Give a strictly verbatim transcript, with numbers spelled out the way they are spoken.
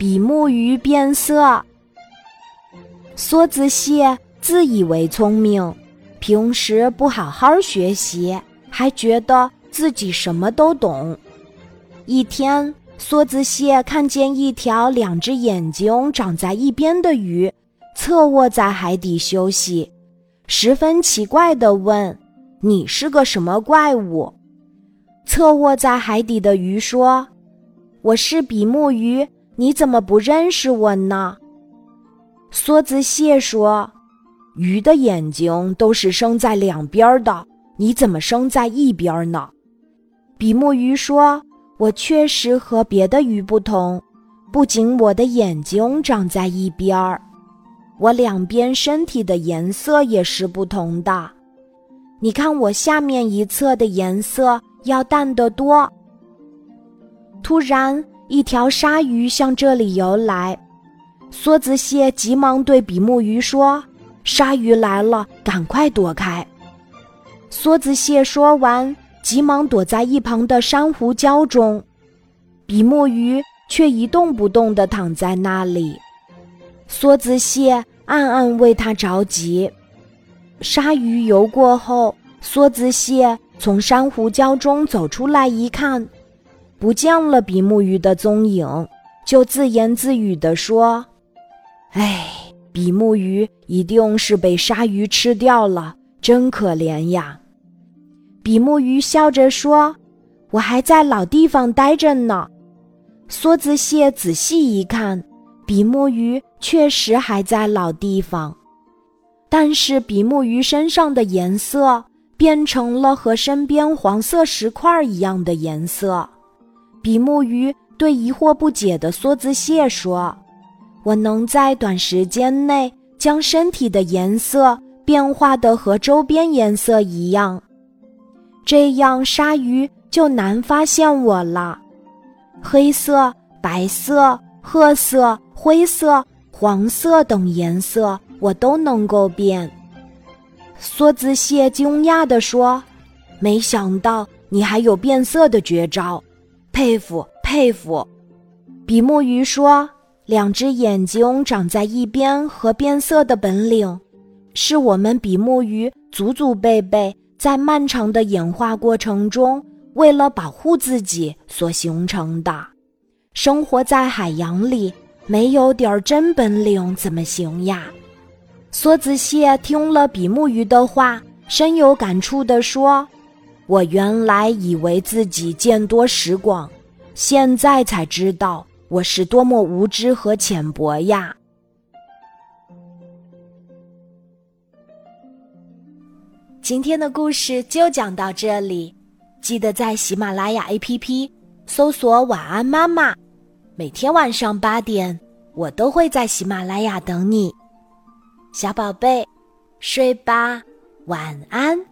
比目鱼变色。梭子蟹自以为聪明，平时不好好学习，还觉得自己什么都懂。一天，梭子蟹看见一条两只眼睛长在一边的鱼侧卧在海底休息，十分奇怪地问：你是个什么怪物？侧卧在海底的鱼说：我是比目鱼，你怎么不认识我呢？梭子蟹说：鱼的眼睛都是生在两边的，你怎么生在一边呢？比目鱼说：我确实和别的鱼不同，不仅我的眼睛长在一边，我两边身体的颜色也是不同的。你看我下面一侧的颜色要淡得多。突然，一条鲨鱼向这里游来，梭子蟹急忙对比目鱼说：鲨鱼来了，赶快躲开。梭子蟹说完，急忙躲在一旁的珊瑚礁中，比目鱼却一动不动地躺在那里。梭子蟹暗暗为它着急。鲨鱼游过后，梭子蟹从珊瑚礁中走出来一看，不见了比目鱼的踪影，就自言自语地说：哎，比目鱼一定是被鲨鱼吃掉了，真可怜呀。比目鱼笑着说：我还在老地方待着呢。梭子蟹仔细一看，比目鱼确实还在老地方，但是比目鱼身上的颜色变成了和身边黄色石块一样的颜色。比目鱼对疑惑不解的梭子蟹说：我能在短时间内将身体的颜色变化得和周边颜色一样，这样鲨鱼就难发现我了。黑色、白色、褐色、灰色、黄色等颜色我都能够变。梭子蟹惊讶地说：没想到你还有变色的绝招，佩服佩服。比目鱼说：两只眼睛长在一边和变色的本领，是我们比目鱼祖祖辈辈在漫长的演化过程中为了保护自己所形成的。生活在海洋里，没有点真本领怎么行呀？梭子蟹听了比目鱼的话，深有感触地说：我原来以为自己见多识广，现在才知道我是多么无知和浅薄呀。今天的故事就讲到这里，记得在喜马拉雅 A P P 搜索晚安妈妈，每天晚上八点，我都会在喜马拉雅等你。小宝贝，睡吧，晚安。